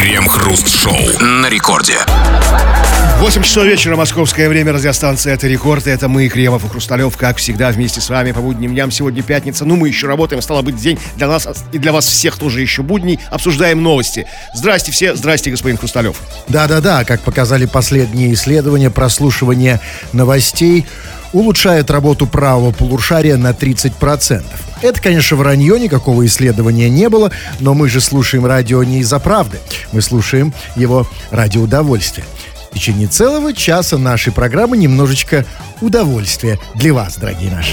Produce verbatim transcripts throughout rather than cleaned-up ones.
Крем-хруст-шоу на рекорде. восемь часов вечера, московское время, радиостанция «Это рекорд». Это мы, Кремов и Хрусталев, как всегда, вместе с вами по будним дням. Сегодня пятница, ну мы еще работаем, стало быть, день для нас и для вас всех тоже еще будний. Обсуждаем новости. Здрасте все, здрасте, господин Хрусталев. Да-да-да, как показали последние исследования, прослушивание новостей улучшает работу правого полушария на тридцать процентов. Это, конечно, вранье, никакого исследования не было, но мы же слушаем радио не из-за правды. Мы слушаем его ради удовольствия. В течение целого часа нашей программы немножечко удовольствия для вас, дорогие наши.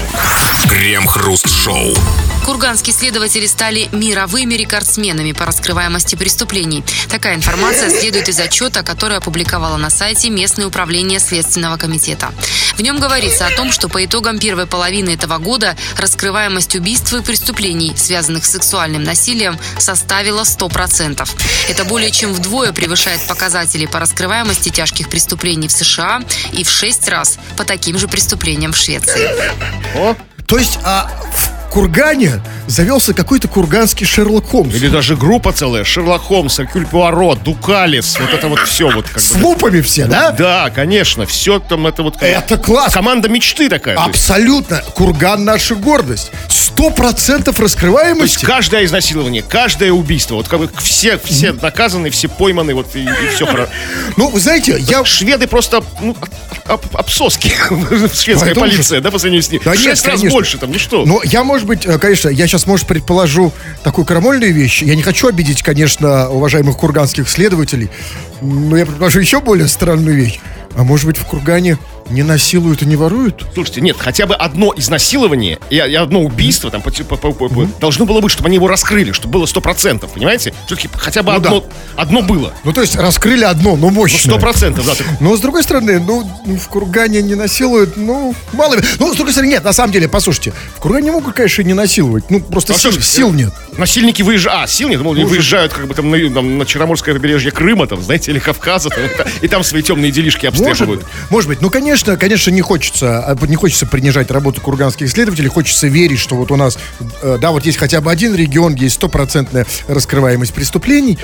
Крем-хруст-шоу. Курганские следователи стали мировыми рекордсменами по раскрываемости преступлений. Такая информация следует из отчета, который опубликовало на сайте местное управление Следственного комитета. В нем говорится о том, что по итогам первой половины этого года раскрываемость убийств и преступлений, связанных с сексуальным насилием, составила сто процентов. Это более чем вдвое превышает показатели по раскрываемости тяжких преступлений в США и в шесть раз по таким же преступлениям в Швеции. О, то есть, а в Кургане завелся какой-то курганский Шерлок Холмс. Или даже группа целая. Шерлок Холмс, Эркюль Пуаро, Дукалис. Вот это вот все. Вот, как С бы, лупами все, да? Да, конечно. Все там это вот... Это класс. Команда мечты такая. Абсолютно. Курган — наша гордость. Сто процентов То есть раскрываемости. каждое изнасилование, каждое убийство. Вот как бы все, все наказаны, все пойманы. Вот и, и все хорошо. Ну, вы знаете, я... Шведы просто ну, об- обсоски. Шведская Это полиция, да, по сравнению с ним. Да В нет, шесть раз конечно. больше там, ну что? Но я, может быть, э, конечно, я сейчас, может, предположу такую крамольную вещь. Я не хочу обидеть, конечно, уважаемых курганских следователей, но я предположу еще более странную вещь. А может быть, в Кургане не насилуют и не воруют? Слушайте, нет, хотя бы одно изнасилование и, и одно убийство там по- по- по- по- Mm-hmm. должно было быть, чтобы они его раскрыли, чтобы было сто процентов, понимаете? Все-таки хотя бы Ну одно, да. одно было. Ну, то есть, раскрыли одно, но Ну, мощное. сто процентов, да. так- Но, с другой стороны, ну, в Кургане не насилуют, ну, мало ли. Ну, с другой стороны, нет, на самом деле, послушайте, в Кургане могут, конечно, и не насиловать. Ну, просто А сил, что ж, сил нет. Насильники выезжают. А, сил нет, мол, они Ну, выезжают как бы там на, там, на Черноморское побережье Крыма, там, знаете, или Кавказа, там, и там свои темные делишки Может обстряпывают. быть, может быть. Ну, конечно, конечно, не хочется, а, не хочется принижать работу курганских следователей, хочется верить, что вот у нас, э, да, вот есть хотя бы один регион, есть стопроцентная раскрываемость преступлений,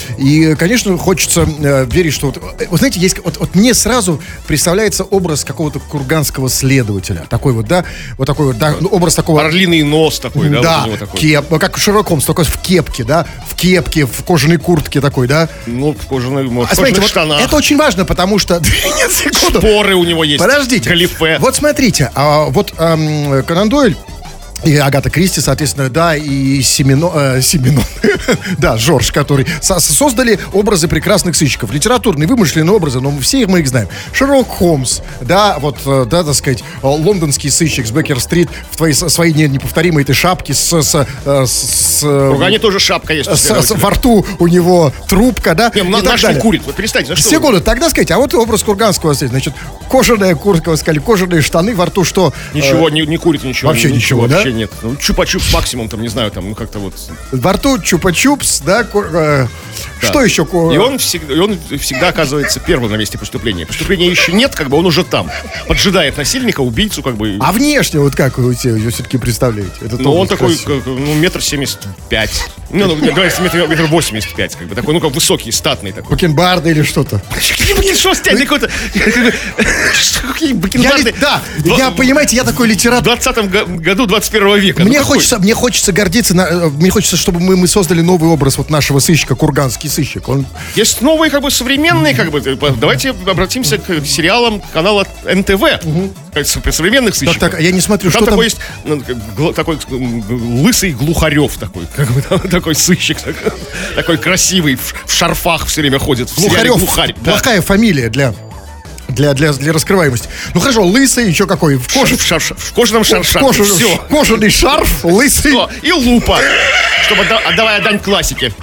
и, конечно, хочется э, верить, что вот, э, вы знаете, есть, вот, вот мне сразу представляется образ какого-то курганского следователя, такой вот, да, вот такой вот, да, ну, образ такого... Орлиный нос такой, да, Да, вот у него такой. кеп, ну, как Шерлок Холмс, только в кепке, да, в кепке, в кожаной куртке такой, да. Ну, в кожаных, в А кожаных смотрите, вот штанах. это очень важно, потому что... Нет, секунду. Шпоры у него есть. Подождите. Галифе. Вот смотрите, а, вот эм, Конан Дойль и Агата Кристи, соответственно, да, и Семено, э, Семенон, да, Жорж, который со- создали образы прекрасных сыщиков. Литературные, вымышленные образы, но все их мы их знаем. Шерлок Холмс, да, вот, э, да, так сказать, э, лондонский сыщик с Беккер-стрит в твоей, со- своей не- неповторимой этой шапке с... с, э, с В Кургане тоже шапка есть. у с- с- следователя. во рту у него трубка, да, Не, и на- так наш не далее. курит. Вот перестаньте, за что вы? Секунду, тогда сказать, а вот образ курганского, значит, кожаная куртка, вы сказали, кожаные штаны, во рту что? Ничего, не, не курит ничего. вообще ничего, да? Вообще нет. Ну, чупа-чупс максимум, там, не знаю, там, ну, как-то вот. Во рту чупа-чупс, да, ку- э, Да. что еще? ку- И он, всегда, и он всегда оказывается первым на месте преступления. Преступления еще нет, как бы он уже там. Поджидает насильника, убийцу, как бы. А внешне, вот как вы себе ее все-таки представляете? Этот Ну, он образ такой, красивый. как, ну, метр семьдесят пять. Ну, ну, давайте, метр, метр восемьдесят пять, как бы, такой, ну, как высокий, статный такой. Бакенбарды или что-то? Какие что стянет какой-то... Что, какие Я бакенбарды? ли- да, Два- я, понимаете, я такой В литератор. двадцатом го- году двадцать первого века. Мне Ну, какой? хочется, мне хочется гордиться, на- э, мне хочется, чтобы мы, мы создали новый образ вот нашего сыщика, курганский сыщик. Он, Есть новые, как бы, современные, как бы. Давайте обратимся к сериалам канала эн тэ вэ. Как современных сыщиков. так, я не смотрю, Там что там. такой есть, ну, как гл- такой м, лысый Глухарев такой, как бы, там такой сыщик, такой, такой красивый, в, в шарфах все время ходит. В сериале Глухарев, Глухарь. Да. плохая фамилия для, для, для, для раскрываемости. Ну хорошо, лысый, еще какой, в коже, В, шар- в кожаном шарше. кожа- Все. кожаный шарф, лысый. И лупа, чтобы отда- отдавая дань классике.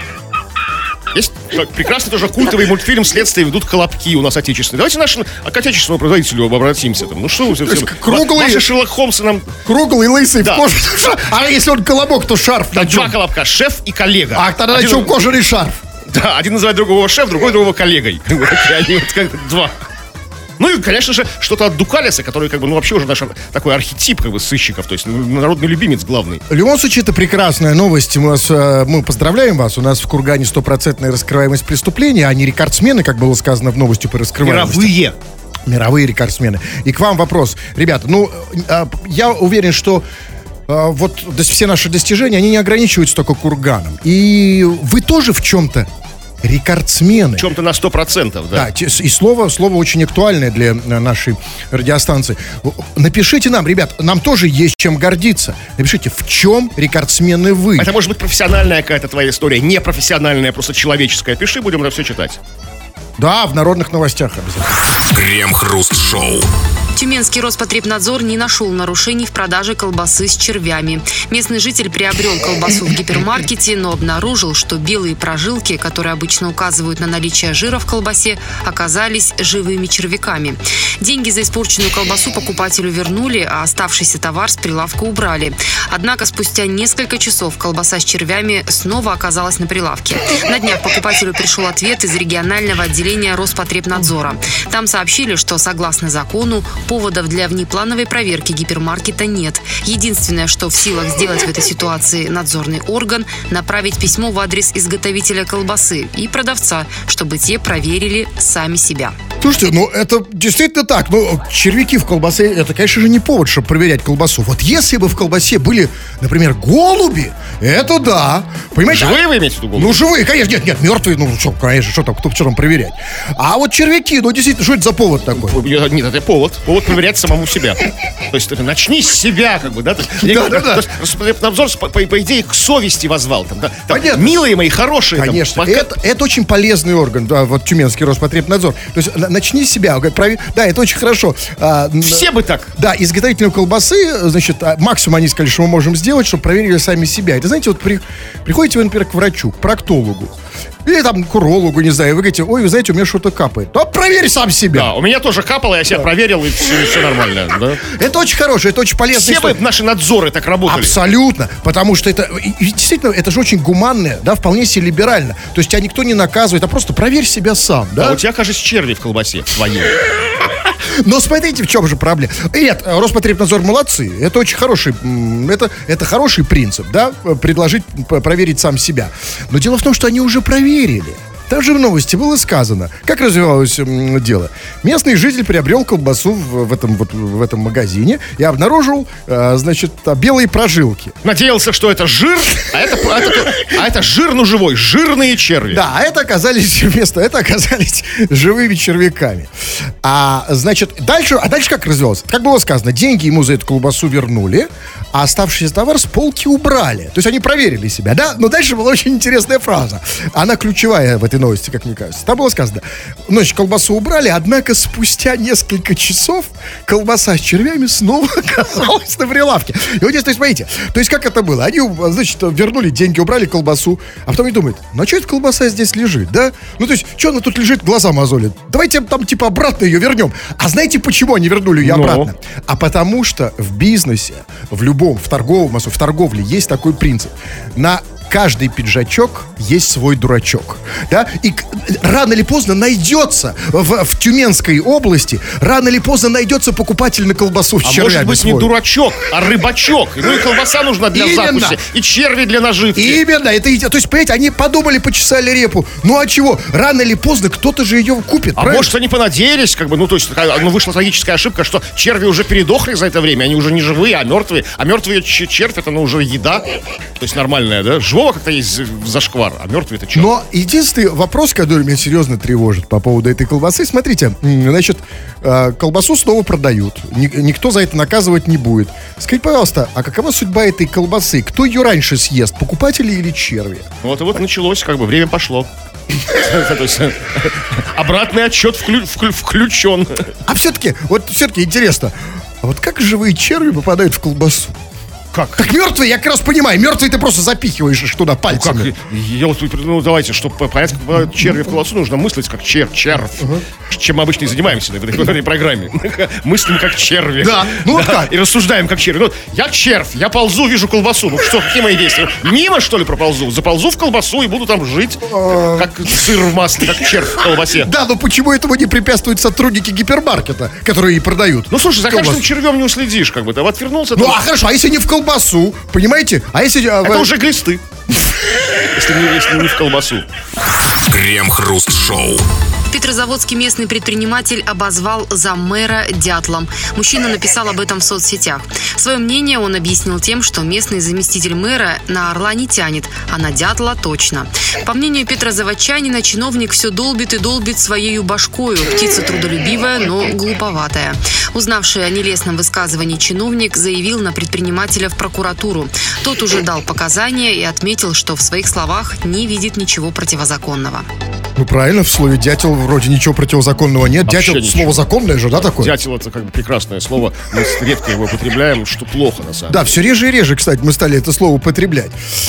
Есть так, прекрасный тоже культовый мультфильм «Следствие ведут колобки» у нас отечественные. Давайте нашему к отечественному производителю обратимся. Там. Ну что вы все, есть все- круглый- Ваши Шерлок Холмсы нам... Круглый, лысый, Да. в коже. А если он колобок, то шарф. Да, на чем? два колобка, шеф и коллега. А тогда на Один- чем кожаный шарф? Да, один называет другого шеф, другой другого коллегой. Вот такие они вот как два. Ну и, конечно же, что-то от Дукалиса, который, как бы, ну, вообще уже наш такой архетип, как бы, сыщиков, то есть народный любимец главный. В любом случае, это прекрасная новость. Мы, вас, мы поздравляем вас. У нас в Кургане стопроцентная раскрываемость преступления, а не рекордсмены, как было сказано в новости по раскрываемости. Мировые. Мировые рекордсмены. И к вам вопрос. Ребята, ну, я уверен, что вот все наши достижения, они не ограничиваются только Курганом. И вы тоже в чем-то рекордсмены. В чем-то на сто процентов, да. Да, и слово, слово очень актуальное для нашей радиостанции. Напишите нам, ребят, нам тоже есть чем гордиться. Напишите, в чем рекордсмены вы. Это может быть профессиональная какая-то твоя история, не профессиональная, просто человеческая. Пиши, будем это все читать. Да, в народных новостях обязательно. Крем-хруст-шоу. Тюменский Роспотребнадзор не нашел нарушений в продаже колбасы с червями. Местный житель приобрел колбасу в гипермаркете, но обнаружил, что белые прожилки, которые обычно указывают на наличие жира в колбасе, оказались живыми червяками. Деньги за испорченную колбасу покупателю вернули, а оставшийся товар с прилавка убрали. Однако спустя несколько часов колбаса с червями снова оказалась на прилавке. На днях покупателю пришел ответ из регионального отделения Роспотребнадзора. Там сообщили, что согласно закону поводов для внеплановой проверки гипермаркета нет. Единственное, что в силах сделать в этой ситуации надзорный орган, направить письмо в адрес изготовителя колбасы и продавца, чтобы те проверили сами себя. Слушайте, ну это действительно так. Ну, червяки в колбасе, это, конечно же, не повод, чтобы проверять колбасу. Вот если бы в колбасе были, например, голуби, это да. Понимаете? Живые вы имеете в виду голуби? Ну, живые, конечно. Нет, нет, мертвые, ну, что, конечно, что там, кто, что там проверять. А вот червяки, ну, действительно, что это за повод такой? Нет, это повод. Повод проверять самому себя. То есть, начни с себя, как бы, да? Да, да, да. Роспотребнадзор, по, по идее, к совести возвал. Там, да? Там, Понятно. Милые мои, хорошие. Конечно, там, пока... это, это очень полезный орган, да, вот Тюменский Роспотребнадзор. То есть начни с себя, провер... да, это очень хорошо. А, Все бы так. Да, изготовителю колбасы, значит, максимум они сказали, что мы можем сделать, чтобы проверили сами себя. Это, знаете, вот при... приходите вы, например, к врачу, к проктологу, или там к урологу, не знаю, вы говорите, ой, вы знаете, у меня что-то капает. То проверь сам себя. Да, у меня тоже капало, я себя да. проверил, и все, и все нормально. Да? Это очень хорошее, это очень полезно. Все бы наши надзоры так работали. Абсолютно, потому что это, действительно, это же очень гуманно, да, вполне себе либерально. То есть тебя никто не наказывает, а просто проверь себя сам, да? А у тебя, кажется, черви в колбасе твоей. Но смотрите, в чем же проблема. Нет, Роспотребнадзор молодцы. Это очень хороший, это, это хороший принцип, да, предложить проверить сам себя. Но дело в том, что они уже проверили. Там же в новости было сказано, как развивалось м, дело. Местный житель приобрел колбасу в, в, этом, вот, в этом магазине и обнаружил, э, значит, белые прожилки. Надеялся, что это жир, а это, а это, а это жир, ну, живой, жирные черви. Да, а это оказались вместо, это оказались живыми червяками. А, значит, дальше, а дальше как развивалось? Как было сказано, деньги ему за эту колбасу вернули, а оставшийся товар с полки убрали. То есть они проверили себя, да? Но дальше была очень интересная фраза. Она ключевая в этой новости, как мне кажется. Там было сказано, значит, колбасу убрали, однако спустя несколько часов колбаса с червями снова оказалась на прилавке. И вот здесь, то есть, смотрите, то есть как это было? Они, значит, вернули деньги, убрали колбасу, а потом они думают, ну а что эта колбаса здесь лежит, да? Ну то есть, что она тут лежит, глаза мозолит? Давайте там типа обратно ее вернем. А знаете, почему они вернули ее обратно? Но. А потому что в бизнесе, в любом, в торговом, в торговле есть такой принцип. На каждый пиджачок есть свой дурачок, да, и рано или поздно найдется в, в Тюменской области, рано или поздно найдется покупатель на колбасу с а червями. А может быть свой. Не дурачок, а рыбачок. Ну и колбаса нужна для Именно. закуси, и черви для наживки. Именно, это, то есть, понимаете, они подумали, почесали репу, ну а чего, рано или поздно кто-то же ее купит, А правильно? может они понадеялись, как бы, ну то есть, ну, вышла логическая ошибка, что черви уже передохли за это время, они уже не живые, а мертвые, а мертвые червь это, ну, уже еда, то есть нормальная, да, живого как-то есть зашквар, а мертвый это что? Но единственный вопрос, который меня серьезно тревожит по поводу этой колбасы, смотрите, значит, колбасу снова продают, никто за это наказывать не будет. Скажите, пожалуйста, а какова судьба этой колбасы? Кто ее раньше съест, покупатели или черви? Вот и вот началось, как бы, время пошло. Обратный отсчет включен. А все-таки, вот все-таки интересно, а вот как живые черви попадают в колбасу? Как? Так мертвый, я как раз понимаю, мертвый ты просто запихиваешь их туда Ну, как? пальцами. Я вот, ну, давайте, чтобы понять, как бывают черви в колбасу, нужно мыслить как чер, червь. Чем мы обычно и занимаемся в этой, в этой программе. Мыслим как черви. Да, ну вот как? И рассуждаем как черви. Ну, я червь, я ползу, вижу колбасу. Ну что, какие мои действия? Мимо, что ли, проползу? Заползу в колбасу и буду там жить, как сыр в масле, как червь в колбасе. Да, но почему этому не препятствуют сотрудники гипермаркета, которые и продают? Ну, слушай, за колбасу? каждым червем не уследишь, как бы. Ты отвернулся. Ну, там- а хорошо, а если не в колбасу, понимаете? А если... а, Это в- уже глисты. Если не, если не в колбасу. Крем-хруст-шоу. Петрозаводский местный предприниматель обозвал заммэра дятлом. Мужчина написал об этом в соцсетях. Свое мнение он объяснил тем, что местный заместитель мэра на орла не тянет, а на дятла точно. По мнению петрозаводчанина, чиновник все долбит и долбит своею башкою. Птица трудолюбивая, но глуповатая. Узнавший о нелестном высказывании чиновник заявил на предпринимателя в прокуратуру. Тот уже дал показания и отметил, что в своих словах не видит ничего противозаконного. Ну, правильно, в слове «дятел» вроде ничего противозаконного нет. Вообще Дятел, ничего. слово законное же, да, такое? Дятел — это как бы прекрасное слово. Мы редко его употребляем, что плохо, на самом деле. Да, все реже и реже, кстати, мы стали это слово употреблять.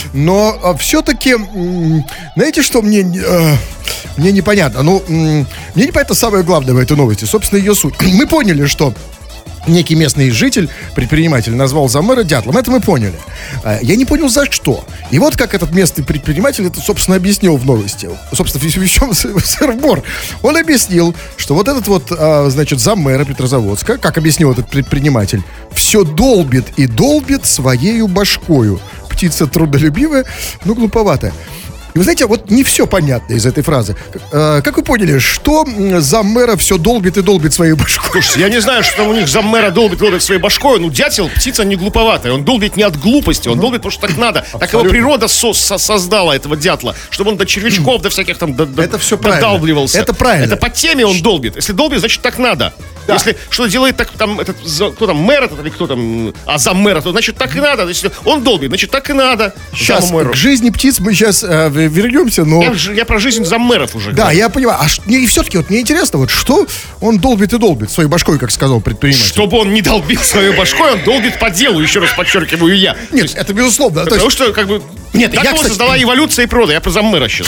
Но все-таки, знаете, что мне, э, мне непонятно? Ну, м, мне непонятно самое главное в этой новости, собственно, ее суть. Мы поняли, что некий местный житель, предприниматель, назвал заммэра дятлом. Это мы поняли. А, Я не понял, за что. И вот как этот местный предприниматель это, собственно, объяснил в новости. Собственно, в чем сыр-бор. Он объяснил, что вот этот вот, а, значит, заммэра Петрозаводска, как объяснил этот предприниматель, все долбит и долбит своею башкою. Птица трудолюбивая, но глуповатая. И вы знаете, вот не все понятно из этой фразы. Э, Как вы поняли, что м, заммэра все долбит и долбит своей башкой? Слушайте, я не знаю, что там у них заммэра долбит, долбит своей башкой. Ну, дятел, птица не глуповатая. Он долбит не от глупости, он долбит, потому что так надо. Так его природа со- со- создала, этого дятла, чтобы он до червячков, до всяких там до- до- Это всё правильно. додалбливался. Это правильно. Это по теме он долбит. Если долбит, значит так надо. Да. Если что делает так, там, этот, за- кто там, мэр этот, или кто там, а заммэра, то значит так и надо. Если он долбит, значит так и надо. Сейчас Заммэру. к жизни птиц мы сейчас э, в- вернемся, но... Я, ж- я про жизнь заммэров уже Да, говорю. я понимаю. А ш- и все-таки вот мне интересно, вот что он долбит и долбит своей башкой, как сказал предприниматель. Чтобы он не долбил своей башкой, он долбит по делу, еще раз подчеркиваю я. Нет, это безусловно. То Потому есть, что, как бы, Нет, так я, его кстати- создала эволюция и природа. Я про заммэра сейчас.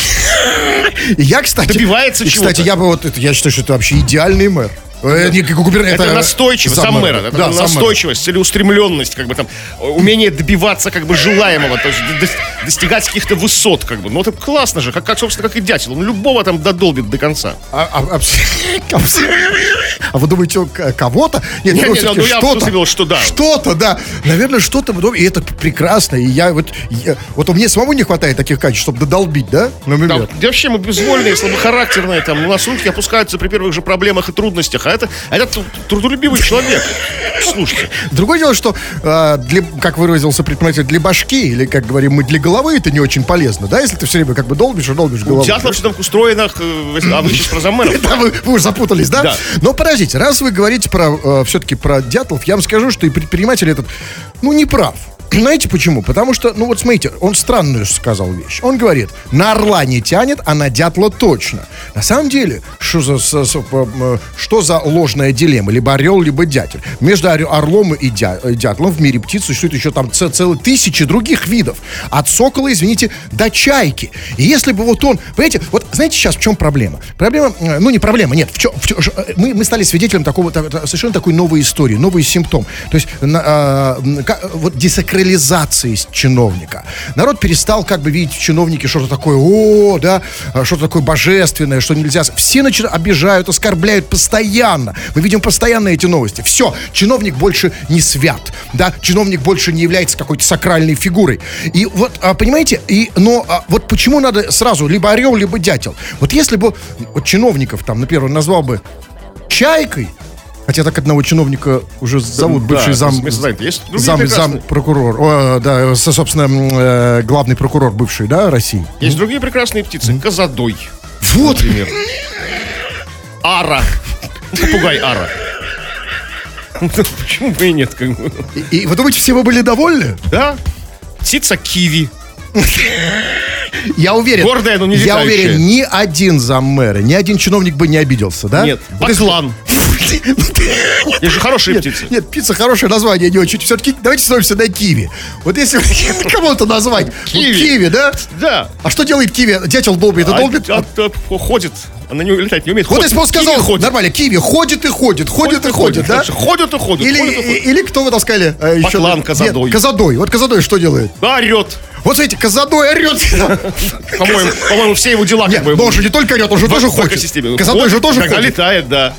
я, кстати... добивается и, кстати, чего-то. я бы вот... это- Я считаю, что это вообще идеальный мэр. Э, не, как губернатор, Это, настойчивость, заммэра. Это Да, заммэра. настойчивость, целеустремленность, как бы там, умение добиваться, как бы, желаемого, то есть до- достигать каких-то высот, как бы. Ну, это классно же, как, как, собственно, как и дятел. Он любого там додолбит до конца. А, а- а- а вы думаете, он к- кого-то? Нет, Не, ну, не, всё-таки ну, я что-то. усмотрел, что да. Что-то, да. Наверное, что-то. в- И это прекрасно. И я вот... я- вот у меня самому не хватает таких качеств, чтобы додолбить, да? Да, Например. да вообще мы безвольные, слабохарактерные, там, у нас руки опускаются при первых же проблемах и трудностях, а это, а это тру- трудолюбивый человек. Слушайте, Другое дело, что, э, для, как выразился предприниматель, для башки, или, как говорим мы, для головы это не очень полезно, да, если ты все время как бы долбишь и долбишь голову. дятлов все там устроено, э, а вы сейчас про заммэров. Да, вы, вы уже запутались, да? Да. Но подождите, раз вы говорите про, все-таки про дятлов, я вам скажу, что и предприниматель этот, ну, не прав. Знаете почему? Потому что, ну вот смотрите, он странную сказал вещь. Он говорит, на орла не тянет, а на дятла точно. На самом деле, что за, со- со- п- м, что за ложная дилемма? Либо орел, либо дятел. Между ор- орлом и дя- э, дятлом в мире птиц существует еще там ц- целые тысячи других видов. От сокола, извините, до чайки. И если бы вот он... Понимаете, вот знаете сейчас в чем проблема? Проблема, э, ну не проблема, нет. В чём- в чём- ш- э, мы, мы стали свидетелем такого, та- та- совершенно такой новой истории, новый симптом. То есть на- а, м, ка- вот десакрализации чиновника. Народ перестал как бы видеть в чиновнике что-то такое, о, да, а, что-то такое божественное, что нельзя... Все начинают, обижают, оскорбляют постоянно. Мы видим постоянно эти новости. Все, чиновник больше не свят, да, чиновник больше не является какой-то сакральной фигурой. И вот, а, понимаете, и, но а, вот почему надо сразу либо орел, либо дятел? Вот если бы вот чиновников там, например, он назвал бы чайкой, хотя так одного чиновника уже зовут, Да, бывший зам, место занято. Есть другие зам, прекрасные. зам прокурор, о, да, со- собственно, м, э, главный прокурор бывший, да, России. Есть другие прекрасные птицы. Козадой, Вот, например. Ара. Попугай Ара. Ну, почему бы и нет? Как бы. и, и вы думаете, все вы были довольны? Да? Птица киви. Я уверен. Гордая, но не Я летающая. уверен, ни один заммэра, ни один чиновник бы не обиделся, да? Нет. Вот если- Баклан. Есть же хорошие птицы. Нет, пицца хорошее название, не очень. Все-таки давайте становимся на киви. Вот если кого-то назвать, киви, да? Да. А что делает киви? Дятел долбит, это долбит? Ходит. Она не летать не умеет. Вот если бы он сказал, нормально, киви ходит и ходит, ходит и ходит, да? Ходят и ходят. Или кто вы там сказали? Баклан Козадой. Козадой. Вот Козадой что делает? Орет. Вот смотрите, Козадой орет. По-моему, по-моему, все его дела как бы... Но он же не только орет, он же тоже ходит. Козадой же тоже ходит. Когда летает, да.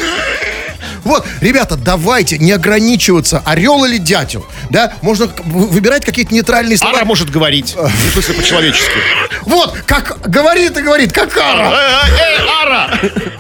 Вот, ребята, давайте не ограничиваться, орел или дятел, да, можно выбирать какие-то нейтральные слова. Ара может говорить, в смысле по-человечески. Вот, как говорит и говорит, как ара. Эй, ара!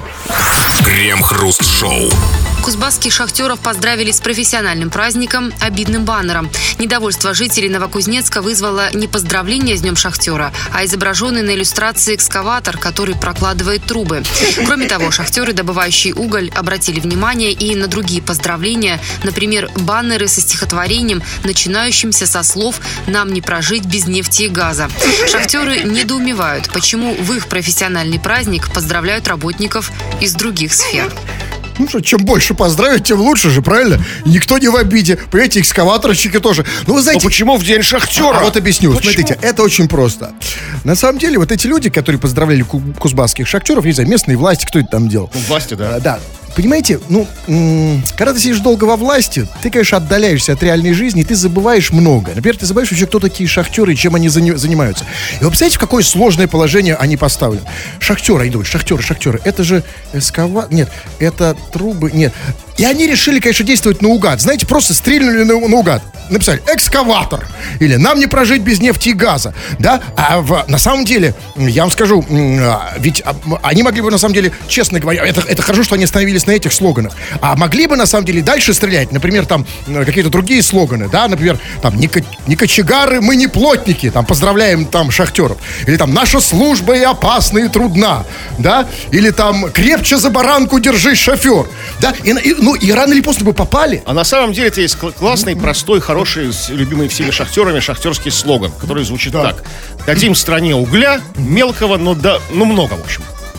Крем-хруст-шоу. Кузбасских шахтеров поздравили с профессиональным праздником обидным баннером. Недовольство жителей Новокузнецка вызвало не поздравление с Днем шахтера, а изображенный на иллюстрации экскаватор, который прокладывает трубы. Кроме того, шахтеры, добывающие уголь, обратили внимание и на другие поздравления, например, баннеры со стихотворением, начинающимся со слов «Нам не прожить без нефти и газа». Шахтеры недоумевают, почему в их профессиональный праздник поздравляют работников из других сфер. Ну что, чем больше поздравить, тем лучше же, правильно? И никто не в обиде. Понимаете, экскаваторщики тоже. Ну, вы знаете... Но почему в день шахтера? А вот объясню. Почему? Смотрите, это очень просто. На самом деле, вот эти люди, которые поздравляли кузбасских шахтеров, не знаю, местные власти, кто это там делал? Ну, власти, да. А, да. Понимаете, ну, м- когда ты сидишь долго во власти, ты, конечно, отдаляешься от реальной жизни, и ты забываешь много. Например, ты забываешь вообще, кто такие шахтеры и чем они зани- занимаются. И вы представляете, в какое сложное положение они поставлены. Шахтеры, они думают, шахтеры, шахтеры, это же эскаватор, нет, это трубы, нет. И они решили, конечно, действовать наугад. Знаете, просто стрельнули на, наугад. Написали «экскаватор» или «нам не прожить без нефти и газа». Да? А в, на самом деле, я вам скажу, ведь они могли бы, на самом деле, честно говоря, это, это хорошо, что они остановились на этих слоганах. А могли бы, на самом деле, дальше стрелять. Например, там какие-то другие слоганы. Да? Например, там «не, ко- не кочегары, мы не плотники». Там поздравляем там шахтеров. Или там «наша служба и опасна, и трудна». Да? Или там «крепче за баранку держись, шофер». Да? И, и, ну, и рано или поздно бы попали. А на самом деле это есть классный, простой, хороший, любимый всеми шахтерами шахтерский слоган, который звучит да. так. Дадим стране угля, мелкого, но, да, но много, в общем.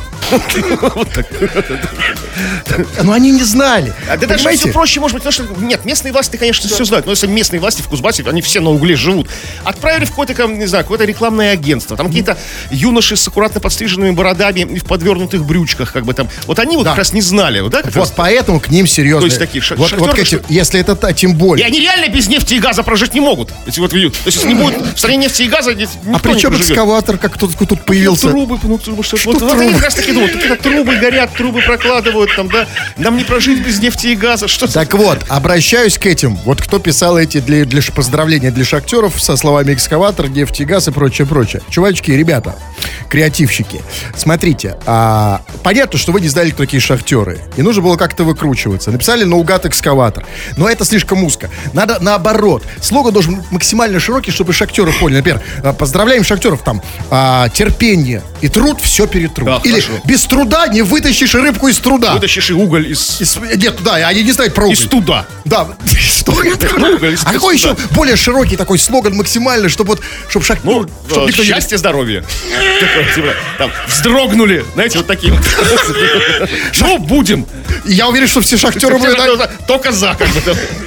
Но они не знали. А да даже все проще, может быть, потому что нет, местные власти, конечно, все знают. Но если местные власти в Кузбассе, они все на угле живут. Отправили в какое-то, не знаю, какое-то рекламное агентство. Там какие-то юноши с аккуратно подстриженными бородами и в подвернутых брючках, как бы там. Вот они вот как раз не знали, да? Вот поэтому к ним серьезно. То есть такие шахтеры. Если это та, тем более. И они реально без нефти и газа прожить не могут. То есть если не будет в стране нефти и газа, никто не проживет. А при чем экскаватор, как тут появился? Трубы, ну трубы, что вот они как раз таки думают, какие-то трубы горят, трубы прокладывают там, да. Нам не прожить без нефти и газа. Что так вот, обращаюсь к этим. Вот кто писал эти для, для поздравления для шахтеров со словами экскаватор, нефть и газ и прочее, прочее. Чувачки, ребята, креативщики, смотрите, а, понятно, что вы не знали, кто такие шахтеры. И нужно было как-то выкручиваться. Написали наугад экскаватор. Но это слишком узко. Надо наоборот. Слоган должен быть максимально широкий, чтобы шахтеры поняли. Например, поздравляем шахтеров там. А, терпение и труд все перетрут. Да, или хорошо. Без труда не вытащишь рыбку из труда. Вытащишь и уголь из... из... Нет, да, они не знают про уголь. Из туда. Да. А какой еще более широкий такой слоган максимально, чтобы вот, чтобы шахтер... Ну, чтобы никто счастье, не... здоровье. Там, вздрогнули, знаете, вот такие. Ну, будем. Я уверен, что все шахтеры будут... Только за, как бы.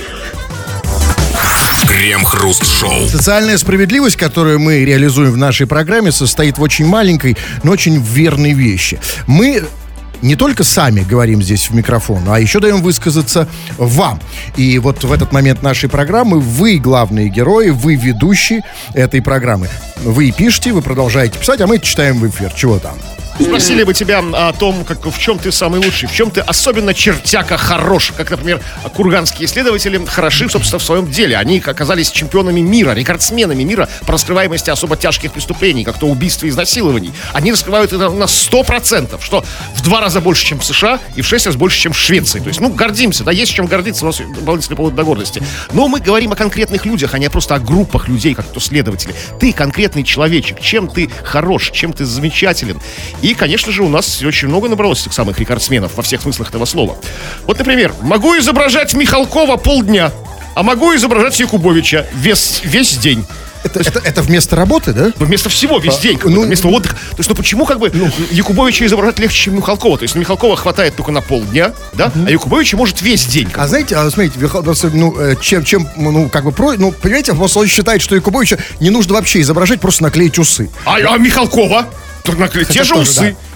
Крем-хруст-шоу. Социальная справедливость, которую мы реализуем в нашей программе, состоит в очень маленькой, но очень верной вещи. Мы не только сами говорим здесь в микрофон, а еще даем высказаться вам. И вот в этот момент нашей программы вы главные герои, вы ведущие этой программы. Вы пишете, вы продолжаете писать, а мы читаем в эфир. Чего там? Спросили бы тебя о том, как, в чем ты самый лучший, в чем ты особенно чертяка хорош. Как, например, курганские исследователи хороши, собственно, в своем деле. Они оказались чемпионами мира, рекордсменами мира по раскрываемости особо тяжких преступлений, как то убийства и изнасилований. Они раскрывают это на сто процентов, что в два раза больше, чем в США, и в шесть раз больше, чем в Швеции. То есть, ну, гордимся, да, есть чем гордиться, у нас дополнительный повод для гордости. Но мы говорим о конкретных людях, а не просто о группах людей, как то следователи. Ты конкретный человечек, чем ты хорош, чем ты замечателен. И, конечно же, у нас очень много набралось этих самых рекордсменов во всех смыслах этого слова. Вот, например, могу изображать Михалкова полдня, а могу изображать Якубовича весь, весь день. Это, это, это вместо работы, да? Вместо всего, весь день. ну, вместо отдыха. То есть, ну почему как бы ну, Якубовича изображать легче, чем Михалкова? То есть, на Михалкова хватает только на полдня, да? Uh-huh. А Якубовича может весь день. А бы. Знаете, а, смотрите, ну, чем, чем, ну, как бы, про, ну, понимаете, он считает, что Якубовича не нужно вообще изображать, просто наклеить усы. А, а Михалкова? Наклеить те же тоже, усы. Да.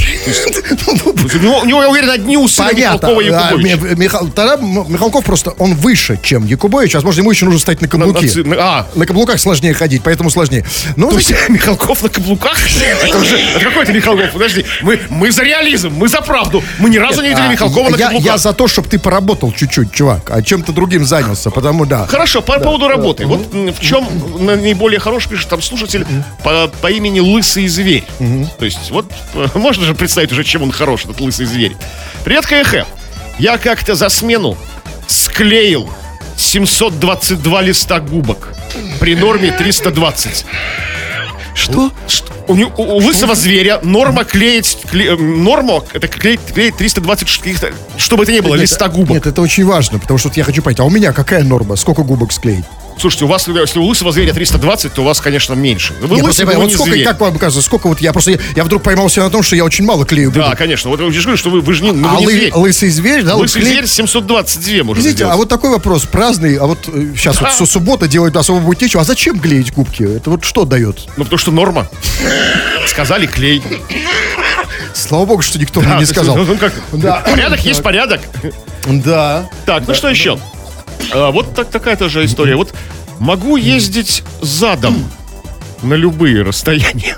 У него, я уверен, одни усы Михалкова и Якубовича. Михал, тогда Михалков просто, он выше, чем Якубович. Возможно, ему еще нужно стоять на каблуке. На, на, а. на каблуках сложнее ходить, поэтому сложнее. Ну, то есть Михалков на каблуках? Это уже, это какой это Михалков? Подожди, мы, мы за реализм, мы за правду. Мы ни разу не видели Михалкова на каблуках. Я за то, чтобы ты поработал чуть-чуть, чувак, а чем-то другим занялся, потому да. Хорошо, по поводу работы. Вот в чем наиболее хорош, пишет там слушатель по имени Лысый Зверь. То есть, вот, можно же представить уже, чем он хорош, этот Лысый Зверь. Привет, КХ. Я как-то за смену склеил семьсот двадцать два листа губок при норме триста двадцать. Что? Что? У, у, у Лысого Зверя норма клеить, кле, норма, это клеить, клеить триста двадцать, чтобы это не было, нет, листа губок. Нет, это очень важно, потому что вот я хочу понять, а у меня какая норма? Сколько губок склеить? Слушайте, у вас, если у Лысого Зверя триста двадцать, то у вас, конечно, меньше. Вы Нет, лысый, вот, вы вот не сколько, зверь. Как вам кажется, сколько вот я просто, я, я вдруг поймал себя на том, что я очень мало клею губок. Да, конечно, вот я же говорю, что вы, вы же не, ну, а вы не лы, зверь. Лысый Зверь, да? Лысый вот клей... Зверь семьсот двадцать два можно Извините, сделать. а вот такой вопрос, праздный, а вот э, сейчас да. вот суббота делает особо будет нечего, а зачем клеить губки? Это вот что дает? Ну, потому что норма. Сказали клей. Слава богу, что никто мне не сказал. Ну, как, да. Порядок есть порядок. Да. Так, ну что еще? А, вот так, такая-то же история. Вот могу ездить задом на любые расстояния.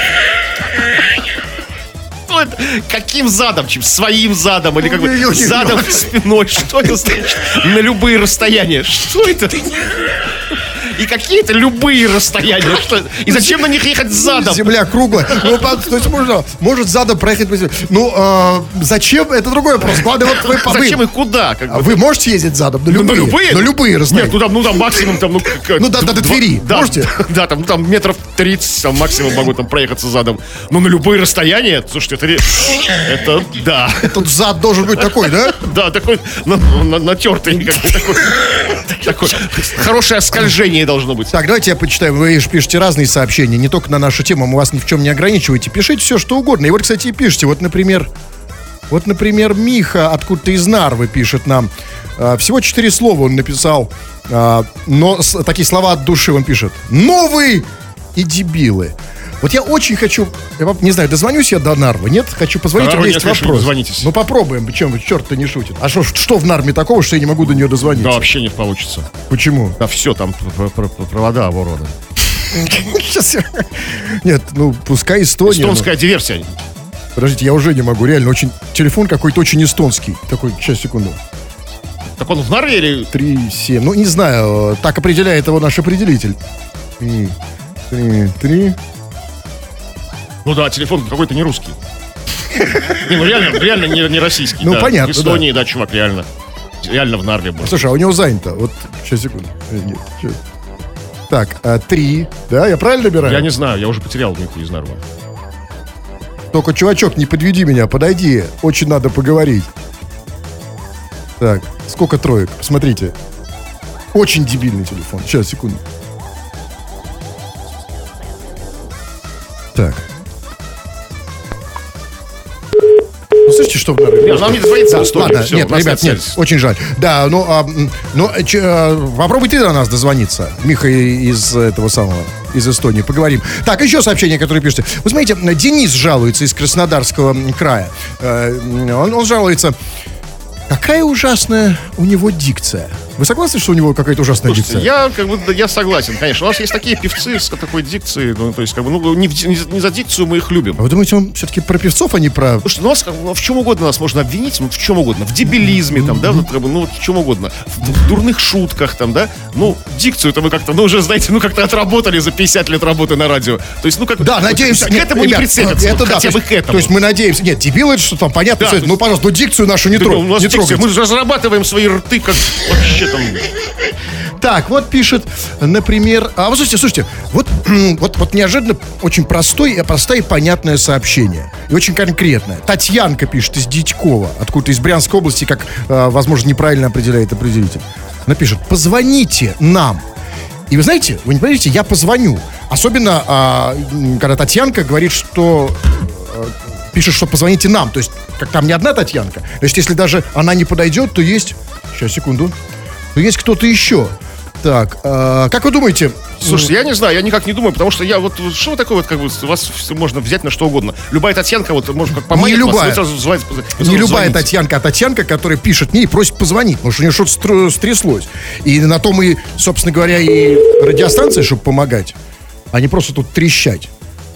Что это? Каким задом? Чем? Своим задом? Или как бы задом спиной? Что это значит? На любые расстояния. Что это? И какие-то любые расстояния. Что? И зачем на них ехать задом? Земля круглая. Ну, то есть можно, может задом проехать. Ну, э, зачем? Это другой вопрос. Ладно, вот вы, зачем и куда? Как бы. Вы можете ездить задом? На любые? На любые? На любые расстояния. Нет, ну там, ну, там максимум там, ну, как, ну да, да, до Твери. Да, можете? Да, там, ну, там метров тридцать там, максимум могу там проехаться задом. Но на любые расстояния, слушайте, это, это да. Тут зад должен быть такой, да? Да, такой на, на, натертый, как бы такой, такой. Хорошее скольжение должно быть. Так, давайте я почитаю. Вы же пишете разные сообщения, не только на нашу тему, мы вас ни в чем не ограничиваете. Пишите все, что угодно. И вот, кстати, и пишите. Вот, например, вот, например, Миха откуда-то из Нарвы пишет нам. А, всего четыре слова он написал, а, но с, такие слова от души он пишет. Новые и дебилы. Вот я очень хочу, я не знаю, дозвонюсь я до Нарвы, нет? Хочу позвонить, у меня есть вопрос. Дозвонитесь. Ну попробуем, чем вы, черт-то не шутит. А что, что в Нарме такого, что я не могу до нее дозвониться? Да, вообще не получится. Почему? Да все, там провода обороны. Нет, ну пускай Эстония. Эстонская диверсия. Подождите, я уже не могу, реально, очень телефон какой-то очень эстонский. Такой, сейчас, секунду. Так он в Нарве или... три семь, ну не знаю, так определяет его наш определитель. три, три, три. Ну да, телефон какой-то не русский. Не, ну реально, реально не, не российский. Ну да. понятно, в Эстонии, да. да, чувак, реально. Реально в Нарве был. Слушай, а у него занято. Вот, сейчас, секунду. Нет, сейчас. Так, а, три, да, я правильно набираю? Я не знаю, я уже потерял Миху из Нарвы. Только, чувачок, не подведи меня, подойди. Очень надо поговорить. Так, сколько троек? Посмотрите. Очень дебильный телефон. Сейчас, секунду. Так. Ну, слышите, что в Нарве? Нет, нам не дозвонится в Эстонию. Ладно, Все, нет, ребят, нет, очень жаль. Да, ну, а, ну ч, а, попробуй ты до нас дозвониться, Миха из этого самого, из Эстонии, поговорим. Так, еще сообщение, которое пишете. Вы смотрите, Денис жалуется из Краснодарского края. Он, он жалуется, какая ужасная у него дикция. Вы согласны, что у него какая-то ужасная Слушайте, дикция? я как бы, я согласен, конечно. У нас есть такие певцы с такой дикцией, ну, то есть, как бы, ну, не, не, не за дикцию мы их любим. А вы думаете, он все-таки про певцов, а не про... Слушайте, ну, нас, ну, в чем угодно нас можно обвинить, ну, в чем угодно. В дебилизме, там, да, вот, как бы, ну, в чем угодно. В, в дурных шутках, там, да. Ну, дикцию-то мы как-то, ну, уже, знаете, ну, как-то отработали за пятьдесят лет работы на радио. То есть, ну, как... Да, надеемся... К этому нет, не ребят, прицепятся, это, вот, да, хотя то бы есть, к этому. То есть мы надеемся... Нет, дебилы, это что там, понятно, Да, что, ну, пожалуйста, ну, дикцию нашу не, трог, у нас не дикция, трогайте. мы разрабатываем свои рты, как вообще там... Так, вот пишет, например... А вот слушайте, слушайте, вот, вот, вот неожиданно очень простое, простое и понятное сообщение. И очень конкретное. Татьянка пишет из Дядькова, откуда-то из Брянской области, как, возможно, неправильно определяет определитель. Она пишет, позвоните нам И вы знаете, вы не поверите, я позвоню. Особенно, а, когда Татьянка говорит, что... А, пишет, что позвоните нам. То есть, как там не одна Татьянка. Значит, если даже она не подойдет, то есть... Сейчас, секунду. То есть кто-то еще. Так, а, как вы думаете... Слушайте, я не знаю, я никак не думаю, потому что я вот, что вы такое вот, как бы, вас можно взять на что угодно. Любая Татьянка, вот, может, как поманит Не любая. вас, вы сразу звоните, вы Не сразу любая звоните. Татьянка, а Татьянка, которая пишет мне и просит позвонить, потому что у нее что-то стр- стряслось. И на том и, собственно говоря, и радиостанция, чтобы помогать, а не просто тут трещать.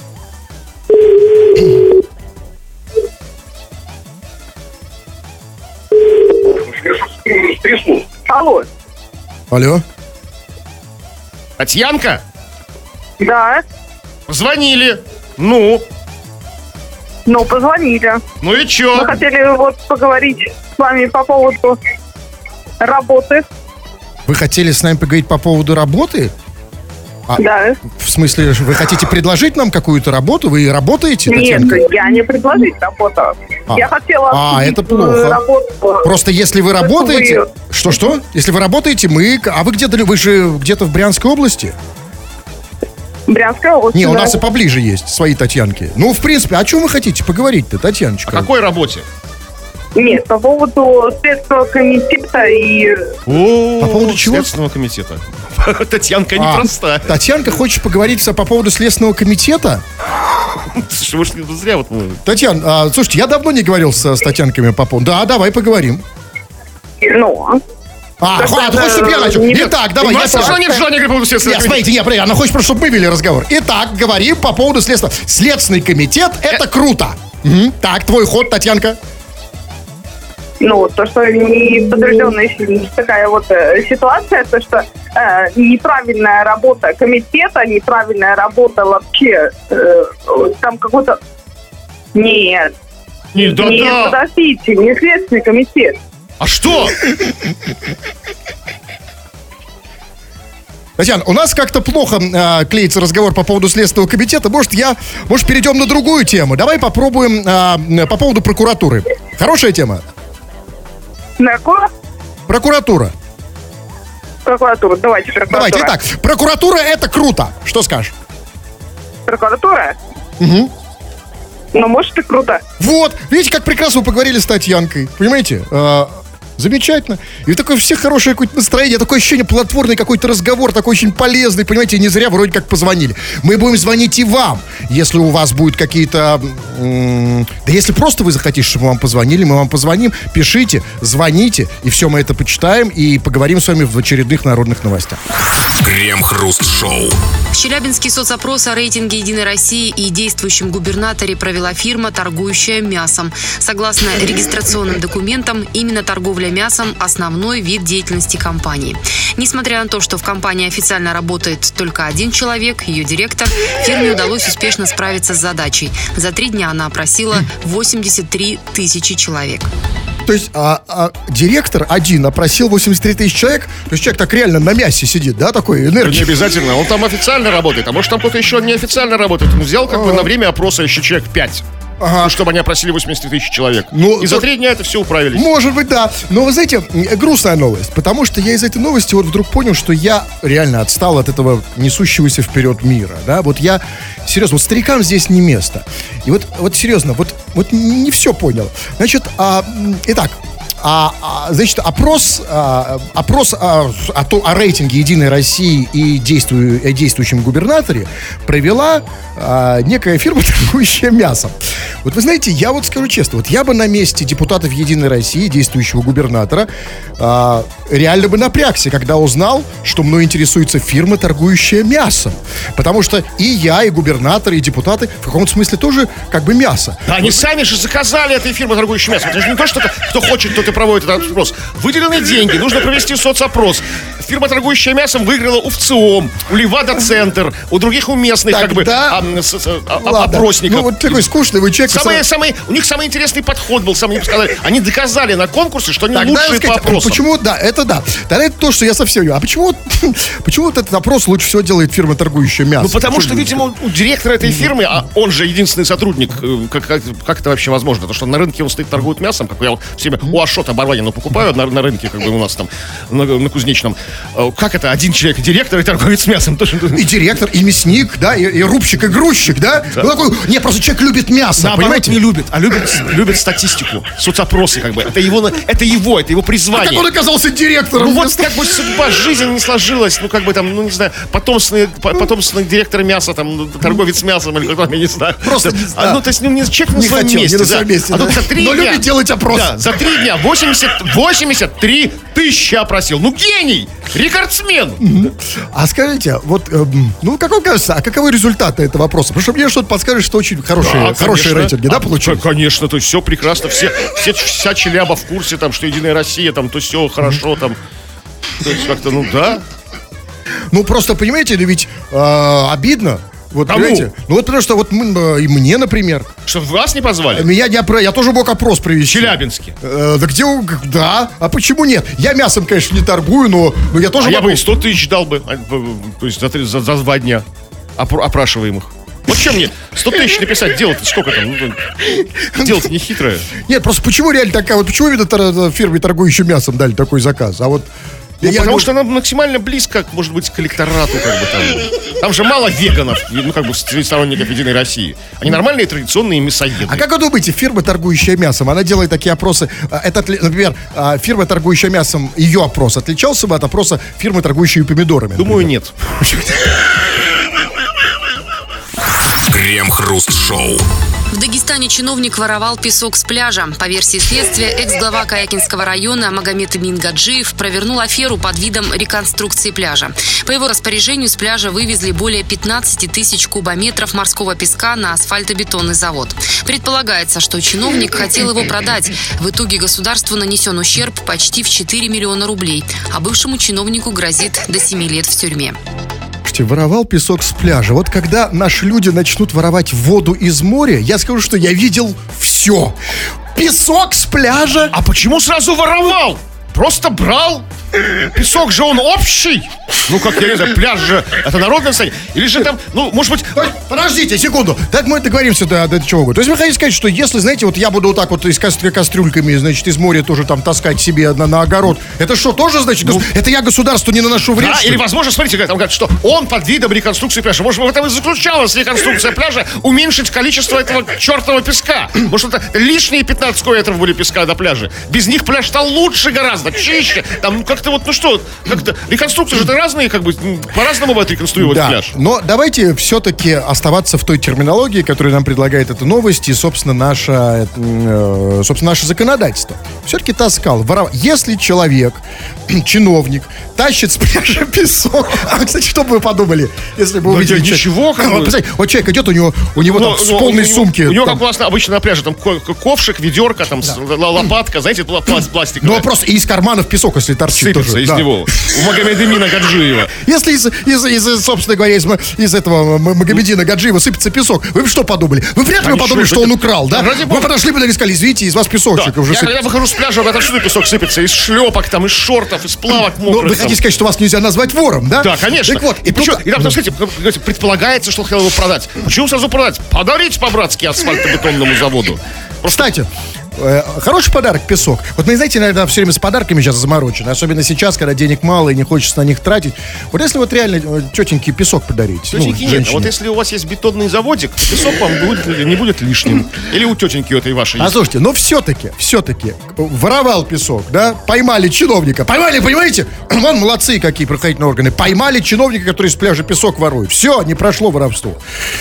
Алло. Алло? Татьянка? Да. Звонили. Ну? Ну, позвоните. Ну и чё? Мы хотели вот поговорить с вами по поводу работы. Вы хотели с нами поговорить по поводу работы? А, Да. В смысле, вы хотите предложить нам какую-то работу? Вы работаете, Нет, Татьянка? я не предложить работу. А. Я хотела А, обсудить это плохо. работу. Просто если вы Как работаете... вы- Что-что? Если вы работаете, мы... А вы где-то... Вы же где-то в Брянской области? Брянская область. Не, у да. нас и поближе есть свои Татьянки. Ну, в принципе, о чем вы хотите поговорить-то, Татьяночка? О какой работе? Нет, по поводу Следственного комитета и... О, По поводу чего? Следственного комитета. Татьянка А, непроста. Татьянка хочет поговорить по поводу Следственного комитета? Слушай, вы ж зря вот... ну, Татьян, а, слушайте, я давно не говорил с, с Татьянками по поводу... Да, давай поговорим. Ну, А, Так хо- это ты хочешь, чтобы я начал? не- Итак, давай, У я нас сам. совершенно нет желания говорить по поводу Следственного Нет, комитета. смотрите, нет, подожди, она хочет просто, чтобы мы вели разговор. Итак, говорим по поводу следствия. Следственный комитет — это круто. Мгм. Так, твой ход, Татьянка. ну, то, что неподтвержденная такая вот э, ситуация, то, что э, неправильная работа комитета, неправильная работа вообще, э, там какой-то... Нет, Не, нет, да-да. подождите, не Следственный комитет. А что? Татьяна, у нас как-то плохо э, клеится разговор по поводу Следственного комитета. Может, я, может, перейдем на другую тему. Давай попробуем э, по поводу прокуратуры. Хорошая тема? На какую? Прокуратура. Прокуратура, давайте прокуратура. Давайте, итак, прокуратура — это круто. Что скажешь? Прокуратура? Угу. Ну, может, и круто. Вот, видите, как прекрасно вы поговорили с Татьянкой. Понимаете? Э, замечательно. И такое все хорошее какое-то настроение, такое ощущение, плодотворный какой-то разговор, такой очень полезный, понимаете, не зря вроде как позвонили. Мы будем звонить и вам, если у вас будут какие-то... м- да если просто вы захотите, чтобы вам позвонили, мы вам позвоним, пишите, звоните, и все мы это почитаем и поговорим с вами в очередных народных новостях. Крем-хруст-шоу. В Челябинске соцопрос о рейтинге «Единой России» и действующем губернаторе провела фирма, торгующая мясом. Согласно регистрационным документам, именно торговля мясом – основной вид деятельности компании. Несмотря на то, что в компании официально работает только один человек, ее директор, фирме удалось успешно справиться с задачей. За три дня она опросила восемьдесят три тысячи человек. То есть а, а, директор один опросил восемьдесят три тысячи человек, то есть человек так реально на мясе сидит, да, такой Ну, не энергичный. обязательно. Он там официально работает, а может там кто-то еще неофициально работает. Он взял как бы на время опроса еще человек пять. Ага. Ну, чтобы они опросили восемьдесят три тысячи человек. Ну, И за то- три дня это все управились. Может быть, да. Но вы знаете, м, грустная новость, потому что я из этой новости вот вдруг понял, что я реально отстал от этого несущегося вперед мира, да. Вот я, серьезно, вот старикам здесь не место. И вот, вот серьезно, вот, вот не все понял. Значит, а, м, итак, а, а, значит, опрос, а, опрос а, о, то- о рейтинге «Единой России» и действую, э, действующем губернаторе провела а, некая фирма, торгующая мясом. Вот вы знаете, я вот скажу честно, вот я бы на месте депутатов «Единой России», действующего губернатора, а, реально бы напрягся, когда узнал, что мной интересуется фирма, торгующая мясом. Потому что и я, и губернатор, и депутаты в каком-то смысле тоже как бы мясо. Да, они сами же заказали этой фирмы торгующей мясом. Это же не то, что кто хочет, тот и проводит этот опрос. Выделены деньги, нужно провести соцопрос. Фирма, торгующая мясом, выиграла у ВЦИОМ, у Левада-центр, у других у местных как бы Тогда- а, с- с- а, Ладно. опросников. Ну вот такой скучный вы человек. Самый, самый, у них самый интересный подход был, самый, сказали, они доказали на конкурсе, что они Тогда, лучшие сказать, по опросам. почему, да, это да. Тогда это то, что я совсем не... А почему, вот- почему вот этот опрос лучше всего делает фирма, торгующая мясом? Ну, потому что, Почему? видимо, у директора этой фирмы, а он же единственный сотрудник, э, как, как, как это вообще возможно? Потому что на рынке он стоит, торгует мясом, как я вот все время у Ашот хорошо-то баранину покупают на, на рынке, как бы у нас там, на, на Кузнечном. Как это? Один человек, директор и торговец мясом. И директор, и мясник, да, и, и рубщик, и грузчик, да? да. Ну, такой, не, просто человек любит мясо, наоборот, понимаете? не любит, а любит, любит статистику, соцопросы, как бы. Это его, это его, это его призвание. А как он оказался директором? Ну вот как бы судьба, жизнь не сложилась, ну как бы там, ну не знаю, потомственный, потомственный директор мяса, там, торговец мясом, или кто-то, я не знаю. Просто не знаю. А, ну, то есть, ну, не, человек на не своем хотел, месте. Не на да. своем месте, а да. тут за три Но дня, любит делать опрос. Да, за три дня восемьдесят, восемьдесят три тысячи опросил. Ну, гений! Рекордсмен! Mm-hmm. А скажите, вот, э, ну, как вам кажется, а каковы результаты этого опроса? Потому что мне что-то подскажет, что очень хорошие, да, хорошие рейтинги, да, а, получились? Конечно, то есть все прекрасно, все, все, вся Челяба в курсе, там, что Единая Россия, там, то все хорошо, там, то есть как-то, ну, да. Ну, просто, понимаете, да ведь э, обидно. Вот, понимаете? Ну, вот потому что вот мы, и мне, например. Что, вас не позвали? Меня не опро... Я тоже мог опрос провести. В Челябинске? Э, да где... Да. А почему нет? Я мясом, конечно, не торгую, но, но я тоже а могу... я бы и сто тысяч дал бы, то есть за, за, за два дня опр- опрашиваемых. Вот что мне сто тысяч написать, дело-то сколько там? Ну, дело-то не хитрое. Нет, просто почему реально такая... Вот почему именно фирме, торгующей мясом, дали такой заказ? А вот... Ну, я, потому я... что она максимально близко, может быть, к электорату, как бы там. Там же мало веганов, ну, как бы, сторонников Единой России. Они нормальные традиционные мясоеды. А как вы думаете, фирма, торгующая мясом, она делает такие опросы? Это, например, фирма, торгующая мясом, ее опрос отличался бы от опроса фирмы, торгующей помидорами? Думаю, нет. Крем-хруст-шоу. В Дагестане чиновник воровал песок с пляжа. По версии следствия, экс-глава Каякинского района Магомед Эмин Гаджиев провернул аферу под видом реконструкции пляжа. По его распоряжению с пляжа вывезли более пятнадцать тысяч кубометров морского песка на асфальтобетонный завод. Предполагается, что чиновник хотел его продать. В итоге государству нанесен ущерб почти в четыре миллиона рублей, а бывшему чиновнику грозит до семи лет в тюрьме. Воровал песок с пляжа. Вот когда наши люди начнут воровать воду из моря, я скажу, что я видел все. Песок с пляжа. А почему сразу воровал? Просто брал. Песок же он общий. Ну, как, я не знаю, пляж же, это народное состояние. Или же там, ну, может быть... Подождите, секунду. Так мы договоримся до, до чего. То есть вы хотите сказать, что если, знаете, вот я буду вот так вот из кастрю, кастрюльками, значит, из моря тоже там таскать себе на, на огород. Это что, тоже, значит, ну, гос... это я государству не наношу вред? Да, или, возможно, смотрите, там говорят, что он под видом реконструкции пляжа. Может, в этом и заключалась реконструкция пляжа, уменьшить количество этого чертового песка. Может, это лишние пятнадцать метров были песка до пляжа. Без них пляж стал лучше гораздо, чище. Там как-то вот, ну что, как-то реконструкции же разные, как бы, по-разному бывает реконструировать да, пляж. Но давайте все-таки оставаться в той терминологии, которую нам предлагает эта новость и, собственно, наше, э, собственно, наше законодательство. Все-таки таскал, воровал. Если человек, чиновник, тащит с пляжа песок. А, кстати, что бы вы подумали, если бы увидели... Ничего, как бы... Вот человек идет, у него, у него но, там с полной сумки. У него, как у нас обычно на пляже, там ковшик, ведерко, там да. лопатка, знаете, пластик. Ну, просто из карманов песок, если торчит. Сыпется тоже. из да. него. У Магомедемина Гаджиева. Если из, из, из, собственно говоря, из, из этого Магомедина Гаджиева сыпется песок, вы бы что подумали? Вы вряд ли а подумали, что, что он украл, да? Вы бога. подошли бы и сказали, извините, из вас песочек да. уже Я, я выхожу с пляжа, отовсюду песок сыпется. Из шлепок, там, из шортов, из плавок мокрых. Ну, вы хотите сказать, что вас нельзя назвать вором, да? Да, конечно. Так вот, и, и, почему, и потом, смотрите, предполагается, что он хотел его продать. Почему сразу продать? Подарить по-братски асфальтобетонному заводу. Кстати, э, хороший подарок песок. Вот мы, знаете, иногда все время с подарками сейчас заморочены. Особенно сейчас, когда денег мало и не хочется на них тратить. Вот если вот реально тетенький песок подарить. Тетеньки ну, нет, а вот если у вас есть бетонный заводик, песок вам будет, не будет лишним. Или у тетеньки этой вашей а есть. Слушайте, но все-таки, все-таки воровал песок, да? Поймали чиновника. Поймали, понимаете? Вон молодцы какие правоохранительные органы. Поймали чиновника, который с пляжа песок ворует. Все, не прошло воровство.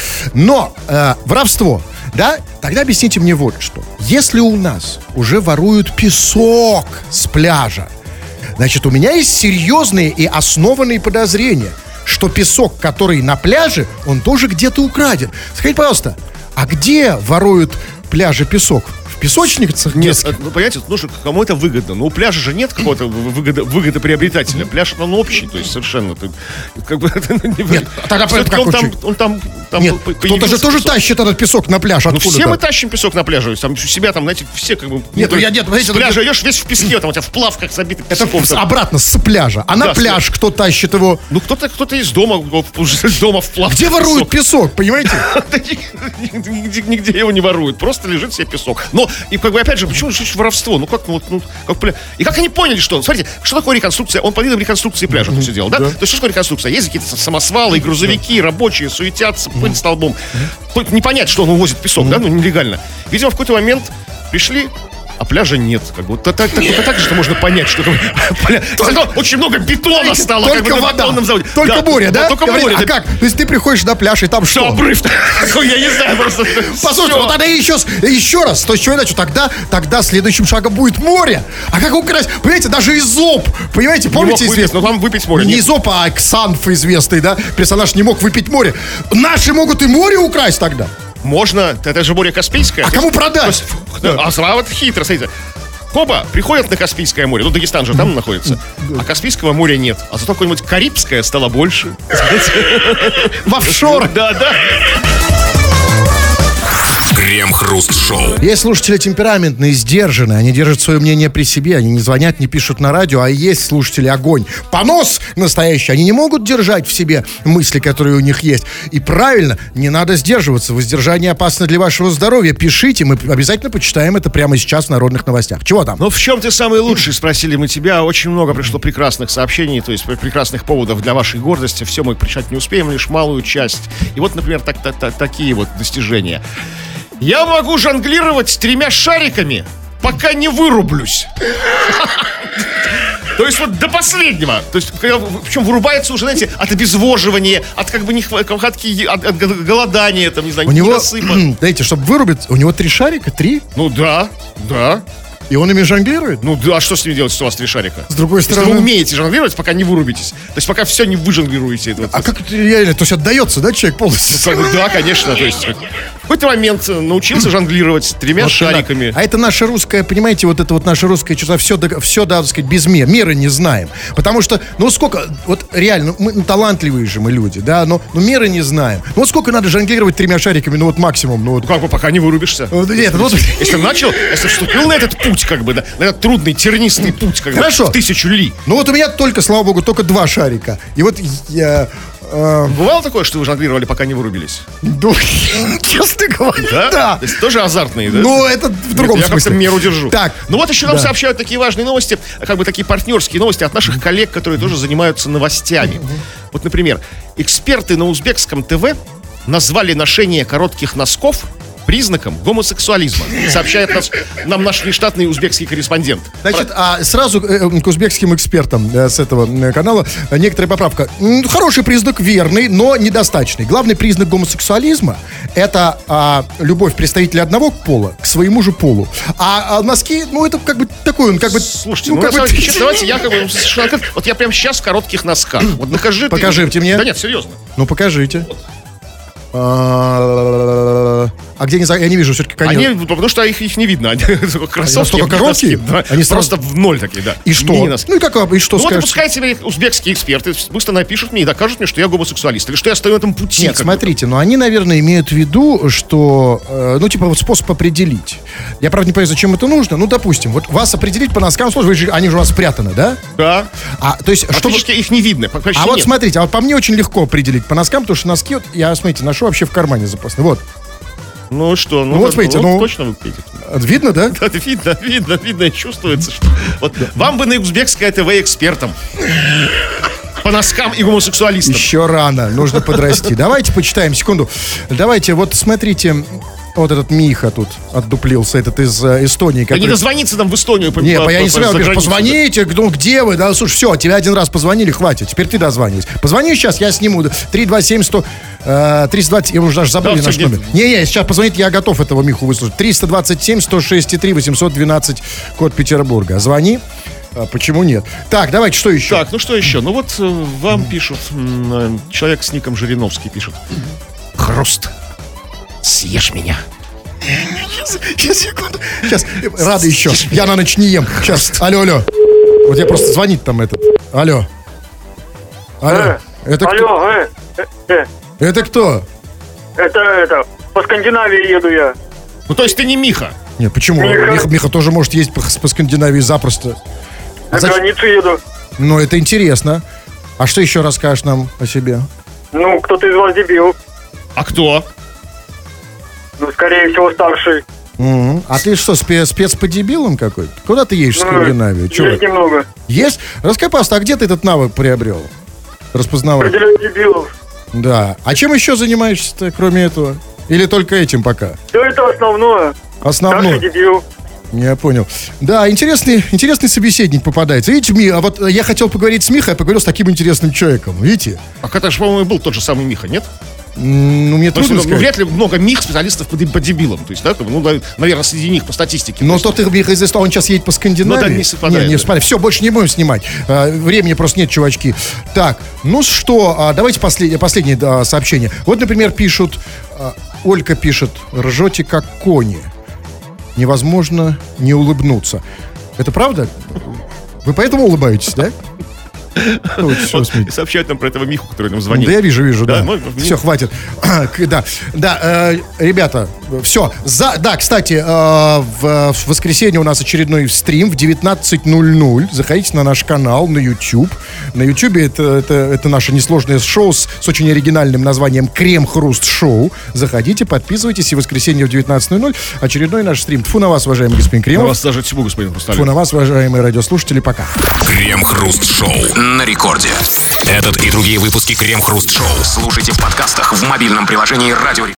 Но э, воровство, да? Тогда объясните мне вот что. Если у нас уже воруют песок с пляжа, значит, у меня есть серьезные и основанные подозрения, что песок, который на пляже, он тоже где-то украден. Скажите, пожалуйста, а где воруют пляжи песок? В песочницах? Нет, ну, понимаете, ну, что кому это выгодно? Ну, у пляжа же нет какого-то выгода, выгодоприобретателя. Пляж, он общий, то есть совершенно. Ты, как бы, нет, тогда он там, он там, там нет, кто-то же тоже тащит этот песок на пляж. Ну, все мы тащим песок на пляже. Там у себя там, знаете, все как бы... Нет, ну, я нет, с пляжа идешь весь в песке, там у тебя в плавках забитый песком. Это обратно с пляжа. А на пляж кто тащит его? Ну, кто-то кто-то из дома, уже дома в плавках. Где воруют песок, понимаете? Нигде его не воруют, просто лежит себе песок. Но воровство. И как бы, опять же, почему же воровство? Ну, как, ну, ну, как, пля... И как они поняли, что... Смотрите, что такое реконструкция? Он по видам реконструкции пляжа mm-hmm. все делал, да? да? То есть, что такое реконструкция? Есть какие-то самосвалы, грузовики, рабочие, суетятся, пыль столбом. Только не понять, что он увозит песок, mm-hmm. да? Ну, нелегально. Видимо, в какой-то момент пришли, а пляжа нет. Как бы, так, так, так, так же можно понять, что очень много бетона стало. Только вода. Только море, да? Только море. А как? То есть ты приходишь на пляж, и там что? Обрыв. Я не знаю, просто... Послушайте, вот тогда еще, еще раз, то есть что иначе? Тогда, тогда следующим шагом будет море. А как украсть? Понимаете, даже Изоп, понимаете, помните известно? Но там выпить море. Не Изоп, а Ксанф известный, да? Персонаж не мог выпить море. Наши могут и море украсть тогда. Можно, это же море Каспийское. А кому продать? А сразу вот хитро, смотрите. Хоба, приходят на Каспийское море, ну, Дагестан же там находится, а Каспийского моря нет. А зато какое-нибудь Карибское стало больше. В офшор. Да, да. Крем-хруст-шоу. Есть слушатели темпераментные, сдержанные. Они держат свое мнение при себе. Они не звонят, не пишут на радио. А есть слушатели огонь. Понос настоящий. Они не могут держать в себе мысли, которые у них есть. И правильно, не надо сдерживаться. Воздержание опасно для вашего здоровья. Пишите, мы обязательно почитаем это прямо сейчас в народных новостях. Чего там? Ну, в чем ты самый лучший, спросили мы тебя. Очень много пришло прекрасных сообщений, то есть прекрасных поводов для вашей гордости. Все мы прочитать не успеем, лишь малую часть. И вот, например, так, так, так, такие вот достижения. Я могу жонглировать тремя шариками, пока не вырублюсь. То есть вот до последнего. То есть, причем вырубается уже, знаете, от обезвоживания, от как бы нехватки, от, от голодания, там, не знаю, у него, недосыпа. Знаете, чтобы вырубить, у него три шарика, три? Ну да, да. И он ими жонглирует? Ну да, а что с ними делать, если у вас три шарика? С другой стороны... Если вы умеете жонглировать, пока не вырубитесь. То есть пока все не выжонглируете. Это, а вот, как это реально? То есть отдается, да, человек полностью? Ну, да, конечно. То есть в какой-то момент научился жонглировать тремя вот шариками. Да. А это наша русская, понимаете, вот это вот наша русская чувство, все, все, да, так сказать, без мер, меры не знаем. Потому что, ну сколько, вот реально, мы ну, талантливые же мы люди, да, но, но меры не знаем. Ну вот сколько надо жонглировать тремя шариками, ну вот максимум. Ну, вот. Как бы пока не вырубишься. Вот, нет, вот. Если начал, если вступил на этот путь, как бы, да, на этот трудный, тернистый путь, как Хорошо. бы, в тысячу ли. Ну вот у меня только, слава богу, только два шарика. И вот я... Э... Бывало такое, что вы жонглировали, пока не вырубились? Ну, честно говоря, да. да. То есть тоже азартные, да? Ну, это в другом Нет, смысле. Я как-то меру держу. Так. Ну вот еще нам да. сообщают такие важные новости, как бы такие партнерские новости от наших коллег, которые тоже занимаются новостями. Mm-hmm. Вот, например, эксперты на узбекском ТВ назвали ношение коротких носков признаком гомосексуализма, сообщает нас, нам наш внештатный узбекский корреспондент. Значит, а сразу э, к узбекским экспертам э, с этого э, канала э, некоторая поправка. М, хороший признак, верный, но недостаточный. Главный признак гомосексуализма — это э, любовь представителя одного пола к своему же полу. А, а носки, ну, это как бы такой, он как бы... Слушайте, ну, ну, как бы... Сейчас, давайте я как бы... Вот я прямо сейчас в коротких носках. Вот накажи. Покажите ты... мне. Да нет, серьезно. Ну, покажите. Вот. А где не за... Я не вижу все-таки конец. Они, потому что их, их не видно. Они кроссовки. Они короткие? Да. Они просто сразу... в ноль такие, да. И что? Ну и как, и что ну, скажешь? Вот пускай себе узбекские эксперты быстро напишут мне и докажут мне, что я гомосексуалист. Или что я стою на этом пути. Нет, смотрите, но они, наверное, имеют в виду, что, э, ну, типа, вот способ определить. Я, правда, не понимаю, зачем это нужно. Ну, допустим, вот вас определить по носкам сложно, они же у вас спрятаны, да? Да. А, то есть, практически чтобы... их не видно. А нет. Вот смотрите, а вот по мне очень легко определить по носкам, потому что носки, вот, я, смотрите, ношу вообще в кармане запасные. Вот. Ну что, ну, ну вот смотрите, вот, ну точно вы видите. Видно, да? Да, видно, видно, видно, и чувствуется, что вот да. Вам бы на узбекское ТВ экспертом по носкам и гомосексуалистам. Еще рано, нужно подрасти. Давайте почитаем, секунду. Давайте, вот смотрите. Вот этот Миха тут отдуплился, этот из э, Эстонии. Который... Да не дозвониться нам в Эстонию. По, Нет, по, я не сразу пишу, позвоните, ну где вы? Да, слушай, все, тебя один раз позвонили, хватит, теперь ты дозвонись. Позвони сейчас, я сниму. три два семь сто триста двадцать, я уже даже забыл да, наш номер. Не-не, сейчас позвоните, я готов этого Миху выслушать. триста двадцать семь сто шесть три восемьсот двенадцать, код Петербурга. Звони. А почему нет? Так, давайте, что еще? Так, ну что еще? Ну вот э, вам пишут, э, человек с ником Жириновский пишет. Хруст. Съешь меня. Сейчас, сейчас, секунду. Сейчас, рада еще. Я на ночь не ем. Сейчас, алло, алло. Вот я просто звонит там этот. Алло. Алло. Э, это алло, кто? Э, э, э. Это кто? Это, это, по Скандинавии еду я. Ну, то есть ты не Миха? Нет, почему? Миха, Миха, Миха тоже может ездить по, по Скандинавии запросто. На а границу еду. Ну, это интересно. А что еще расскажешь нам о себе? Ну, кто-то из вас дебил. А кто? Ну, скорее всего, старший. Мгм. А ты что, спец, спец по дебилам какой-то? Куда ты едешь в Ну, Скандинавию? Чё есть вы- немного. Есть? Расскажи, пожалуйста, а где ты этот навык приобрел? Распознавать. Определять дебилов. Да. А чем еще занимаешься-то, кроме этого? Или только этим пока? Все это основное. Основное. Наши дебил. Я понял. Да, интересный, интересный собеседник попадается. Видите, Ми, а вот я хотел поговорить с Михой, я поговорил с таким интересным человеком. Видите? А это же, по-моему, был тот же самый Миха, нет? М, Ну, мне Потому трудно что, ну, сказать. вряд ли много Мих специалистов по, по дебилам. То есть, да, ну, да, наверное, среди них по статистике. Но То есть, тот Миха из он сейчас едет по Скандинавии. Ну да, не совпадает, Не, не да. совпадает. Все, больше не будем снимать. А, времени просто нет, чувачки. Так, ну что, а, давайте последнее, последнее да, сообщение. Вот, например, пишут, а, Олька пишет, ржете как кони. Невозможно не улыбнуться. Это правда? Вы поэтому улыбаетесь, да? Ну, вот всё, вот, смотрите. сообщают нам про этого Миху, который нам звонил. Да я вижу, вижу, да. Да, ну, Все, хватит. К- Да, да, э, ребята, все. За, да, кстати, э, в, в воскресенье у нас очередной стрим в девятнадцать ноль ноль. Заходите на наш канал на YouTube. На YouTube это, это, это наше несложное шоу с, с очень оригинальным названием «Крем-хруст шоу». Заходите, подписывайтесь. И в воскресенье в девятнадцать ноль ноль очередной наш стрим. Тьфу на вас, уважаемый господин На Кремов. вас даже тьму, господин Тьфу Хрусталев. на вас, уважаемые радиослушатели. Пока. Крем-хруст-шоу на рекорде. Этот и другие выпуски Крем-хруст-шоу слушайте в подкастах в мобильном приложении «Радио».